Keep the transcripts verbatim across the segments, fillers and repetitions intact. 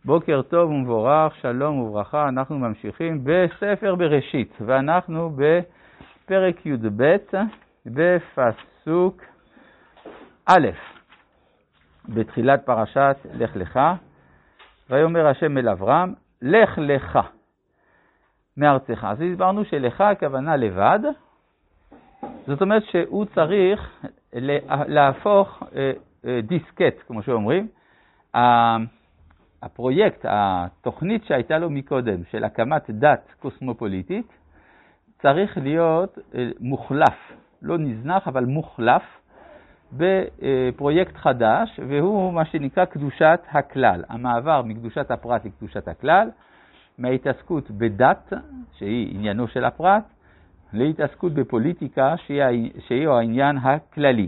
בוקר טוב ומבורך, שלום וברכה. אנחנו ממשיכים בספר בראשית, ואנחנו בפרק י"ב, בפסוק א', בתחילת פרשת לך לך. ויאמר השם אל אברהם, לך לך מארצך. אז הסברנו שלך הכוונה לבד, זאת אומרת שהוא צריך להפוך דיסקט, כמו שאומרים. הפרויקט, התוכנית שהייתה לו מקודם של הקמת דת קוסמופוליטית, צריך להיות מוחלף, לא נזנח אבל מוחלף, בפרויקט חדש, והוא מה שנקרא קדושת הכלל, המעבר מקדושת הפרט לקדושת הכלל, מההתעסקות בדת, שהיא עניינו של הפרט, להתעסקות בפוליטיקה, שהיא העניין הכללי.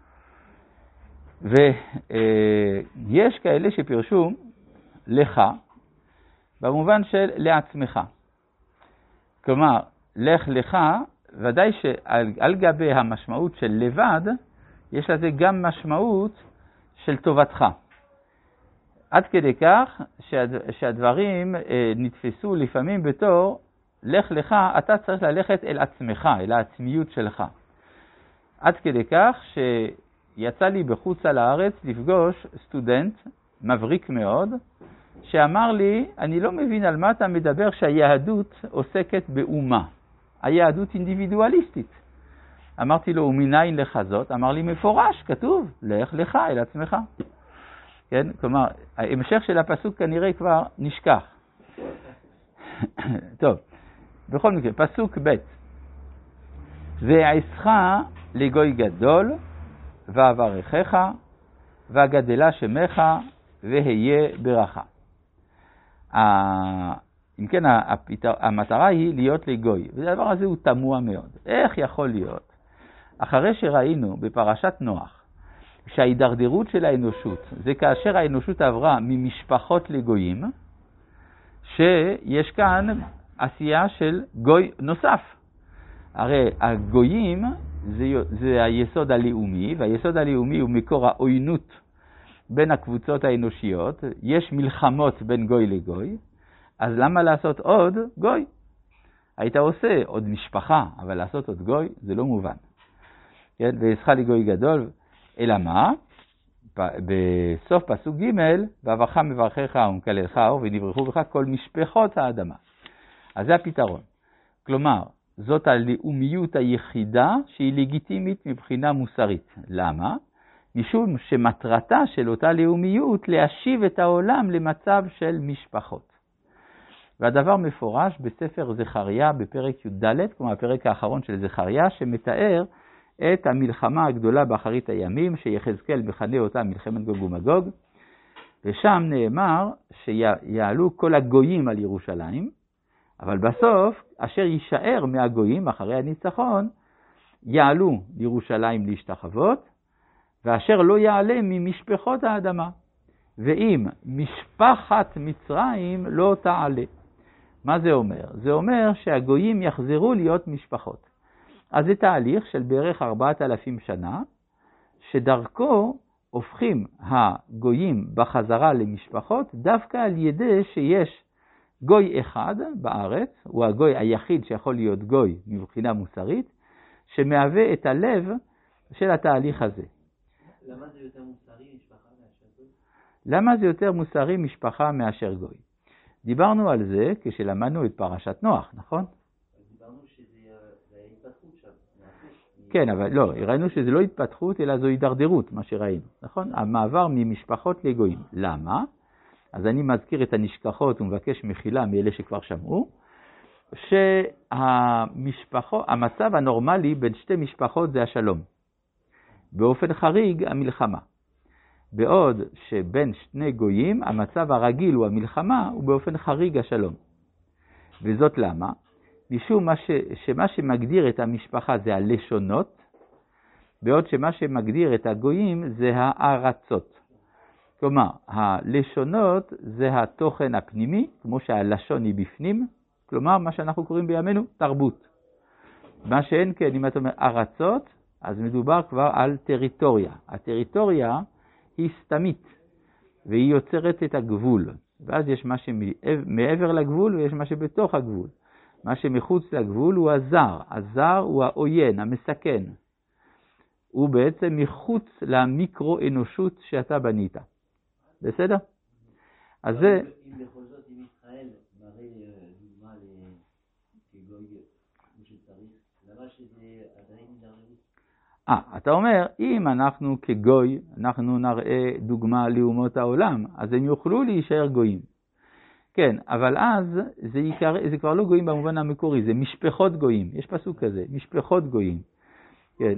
ויש כאלה שפרשו לך, במובן של לעצמך. כלומר, לך לך, ודאי שעל גבי המשמעות של לבד, יש לזה גם משמעות של טובתך. עד כדי כך שהדברים נתפסו לפעמים בתור, לך לך, אתה צריך ללכת אל עצמך, אל העצמיות שלך. עד כדי כך שיצא לי בחוץ על הארץ לפגוש סטודנט מבריק מאוד, שאמר לי, אני לא מבין על מה אתה מדבר שהיהדות עוסקת באומה. היהדות אינדיבידואליסטית. אמרתי לו, ומניין לך זאת? אמר לי, מפורש, כתוב, לך לך אל עצמך. כן? כלומר, ההמשך של הפסוק כנראה כבר נשכח. טוב, בכל מקרה, פסוק ב' ועשך לגוי גדול, ואברכך, ואגדלה שמך, והיה ברכה. אם כן, המטרה היא להיות לגוי, והדבר הזה הוא תמוה מאוד. איך יכול להיות? אחרי שראינו בפרשת נוח, שההידרדרות של האנושות, זה כאשר האנושות עברה ממשפחות לגויים, שיש כאן עשייה של גוי נוסף. הרי הגויים זה, זה היסוד הלאומי, והיסוד הלאומי הוא מקור העוינות בין הקבוצות האנושיות. יש מלחמות בין גוי לגוי, אז למה לעשות עוד גוי? היית עושה עוד משפחה, אבל לעשות עוד גוי זה לא מובן. כן? ועשך לגוי גדול, אלא מה? בסוף פסוק ג' ואברך מברכך ומקללך אור ונברכו בך כל משפחות האדמה. אז זה הפתרון. כלומר, זאת הלאומיות היחידה שהיא לגיטימית מבחינה מוסרית. למה? משום שמטרתה של אותה לאומיות להשיב את העולם למצב של משפחות. והדבר מפורש בספר זכריה בפרק י"ד, כלומר הפרק האחרון של זכריה, שמתאר את המלחמה הגדולה באחרית הימים, שיחזקאל מכנה אותה מלחמת גוג ומגוג, ושם נאמר שיעלו כל הגויים על ירושלים, אבל בסוף, אשר יישאר מהגויים אחרי הניצחון, יעלו לירושלים להשתחוות, ואשר לא יעלה ממשפחות האדמה. ואם משפחת מצרים לא תעלה. מה זה אומר? זה אומר שהגויים יחזרו להיות משפחות. אז זה תהליך של בערך ארבעת אלפים שנה, שדרכו הופכים הגויים בחזרה למשפחות, דווקא על ידי שיש גוי אחד בארץ, הוא הגוי היחיד שיכול להיות גוי מבחינה מוסרית, שמהווה את הלב של התהליך הזה. למה זה יותר מוסרי משפחה מאשר גוי? למה זה יותר מוסרי משפחה מאשר גוי? דיברנו על זה כשלמדנו את פרשת נוח, נכון? דיברנו שזה התפתחות שם. כן, אבל לא, ראינו שזה לא התפתחות, אלא זו הידרדרות, מה שראינו, נכון? המעבר ממשפחות לגויים. למה? אז אני מזכיר את הנשכחות ומבקש מחילה מאלה שכבר שמעו, שהמשפחות, המצב הנורמלי בין שתי משפחות זה השלום. באופן חריג המלחמה. בעוד שבין שני גויים המצב הרגיל הוא המלחמה, ובאופן חריג השלום. וזאת למה? משום מה ש, שמה שמגדיר את המשפחה זה הלשונות, בעוד שמה שמגדיר את הגויים זה הארצות. כלומר, הלשונות זה התוכן הפנימי, כמו שהלשון היא בפנים, כלומר מה שאנחנו קוראים בימינו תרבות. מה שאין כן, אם אתה אומר ארצות, אז מדובר כבר על טריטוריה. הטריטוריה היא סתמית, והיא יוצרת את הגבול. ואז יש מה שמעבר לגבול ויש מה שבתוך הגבול. מה שמחוץ לגבול הוא הזר, הזר הוא העוין, המסכן. הוא בעצם מחוץ למיקרו-אנושות שאתה בנית. בסדר? אז זה... אם בכל זאת, אם ישראל מראה דוגמה כגוי כמו שצריך, למה שזה עדיין נראה? אה, אתה אומר, אם אנחנו כגוי, אנחנו נראה דוגמה לאומות העולם, אז הם יוכלו להישאר גויים. כן, אבל אז זה, יקר, זה כבר לא גויים במובן המקורי, זה משפחות גויים. יש פסוק כזה, משפחות גויים. כן.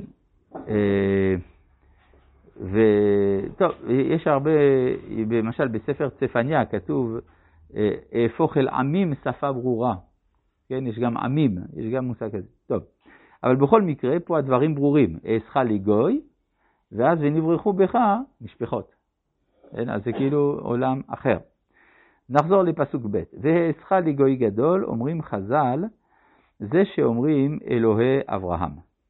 וטוב, יש הרבה, למשל בספר צפניה כתוב, הפוך אל עמים שפה ברורה. כן, יש גם עמים, יש גם מושג כזה. טוב, אבל בכל מקרה, פה הדברים ברורים. אעשך לי גוי, ואז ונברחו בך משפחות. כן, אז זה כאילו עולם אחר. נחזור לפסוק ב' והעשך לי גוי גדול, אומרים חז"ל, זה שאומרים אלוהי אברהם.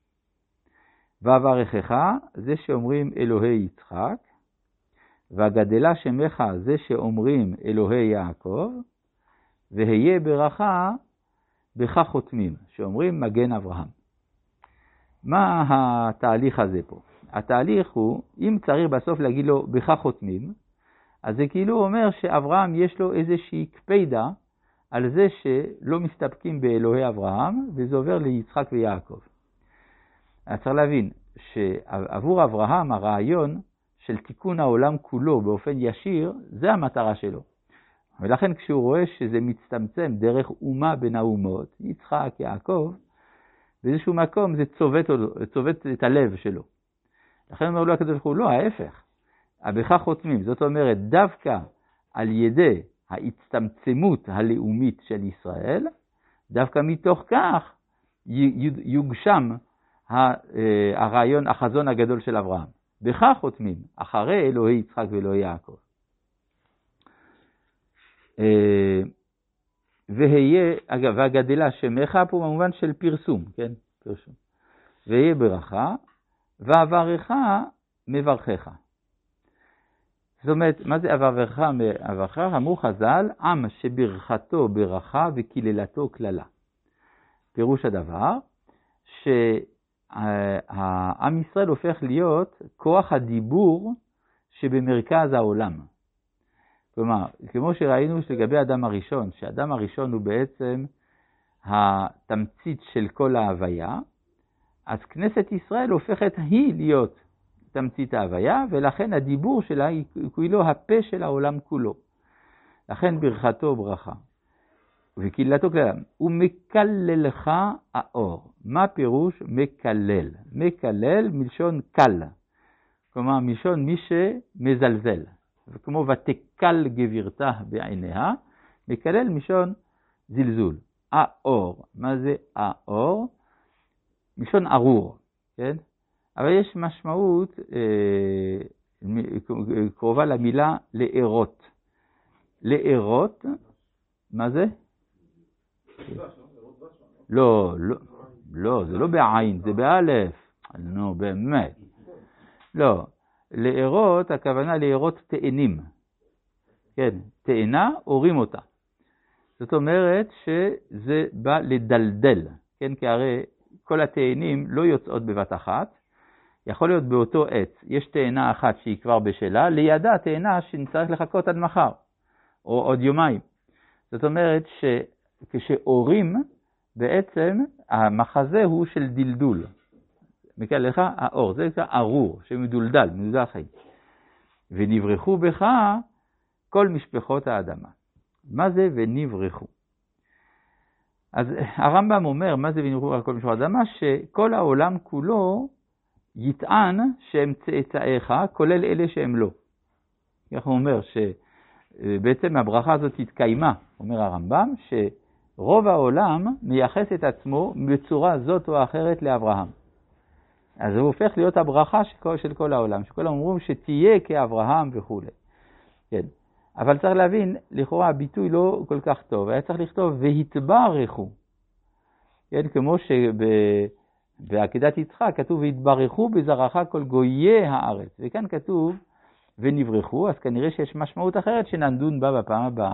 ואברכך, זה שאומרים אלוהי יצחק, והגדלה שמך, זה שאומרים אלוהי יעקב, והיה ברכה בך חותמים, שאומרים מגן אברהם. מה התהליך הזה פה? התהליך הוא, אם צריך בסוף להגיד לו בך חותמים, אז זה כאילו אומר שאברהם יש לו איזושהי קפידה על זה שלא מסתפקים באלוהי אברהם, וזה עובר ליצחק ויעקב. אז צריך להבין שעבור אברהם הרעיון של תיקון העולם כולו באופן ישיר, זה המטרה שלו. ולכן כשהוא רואה שזה מצטמצם דרך אומה בין האומות, יצחק, יעקב, באיזשהו מקום זה צובט, צובט את הלב שלו. לכן אומר לו הקדוש ברוך הוא, לא, ההפך. בך חותמים, זאת אומרת, דווקא על ידי ההצטמצמות הלאומית של ישראל, דווקא מתוך כך יוגשם הרעיון, החזון הגדול של אברהם. בך חותמים, אחרי אלוהי יצחק ואלוהי יעקב. והיה, אגב, והגדלה שמך פה במובן של פרסום, כן? פרסום. והיה ברכה, ואברך מברכך. זאת אומרת, מה זה אברך מברכך? אמרו חז"ל, עם שברכתו ברכה וקללתו קללה. פירוש הדבר, שהעם ישראל הופך להיות כוח הדיבור שבמרכז העולם. כלומר, כמו שראינו לגבי האדם הראשון, שהאדם הראשון הוא בעצם התמצית של כל ההוויה, אז כנסת ישראל הופכת היא להיות תמצית ההוויה, ולכן הדיבור שלה היא כאילו הפה של העולם כולו. לכן ברכתו ברכה. וקללתו קללה. הוא מקללך האור. מה פירוש מקלל? מקלל מלשון קל. כלומר, מלשון מי שמזלזל. וכמו ותקל גבירתה בעיניה, מקלל מלשון זלזול. האור. מה זה האור? מלשון ארור. כן? אבל יש משמעות אה, קרובה למילה לארות. לארות, מה זה? לא, לא, לא, זה לא בעין, זה באלף. נו, באמת. לא, לארות, הכוונה לארות תאנים. כן, תאנה, הורים אותה. זאת אומרת שזה בא לדלדל, כן, כי הרי כל התאנים לא יוצאות בבת אחת. יכול להיות באותו עץ, יש תאנה אחת שהיא כבר בשלה, לידה תאנה שנצטרך לחכות עד מחר, או עוד יומיים. זאת אומרת שכשהורים, בעצם המחזה הוא של דלדול. מכאן לך האור, זה נקרא ארור, שמדולדל, מדולדל חיים. ונברחו בך כל משפחות האדמה. מה זה ונברחו? אז הרמב"ם אומר, מה זה ונברחו על כל משפחות האדמה? שכל העולם כולו יטען שהם צאצאיך, כולל אלה שהם לא. כך הוא אומר שבעצם הברכה הזאת התקיימה, אומר הרמב"ם, שרוב העולם מייחס את עצמו בצורה זאת או אחרת לאברהם. אז הוא הופך להיות הברכה של כל, של כל העולם, שכל אומרים שתהיה כאברהם וכו'. כן. אבל צריך להבין, לכאורה הביטוי לא כל כך טוב, היה צריך לכתוב והתברכו. כן, כמו שב... בעקדת יצחק כתוב והתברכו בזרעך כל גויי הארץ, וכאן כתוב ונברחו, אז כנראה שיש משמעות אחרת שנדון בה בפעם הבאה.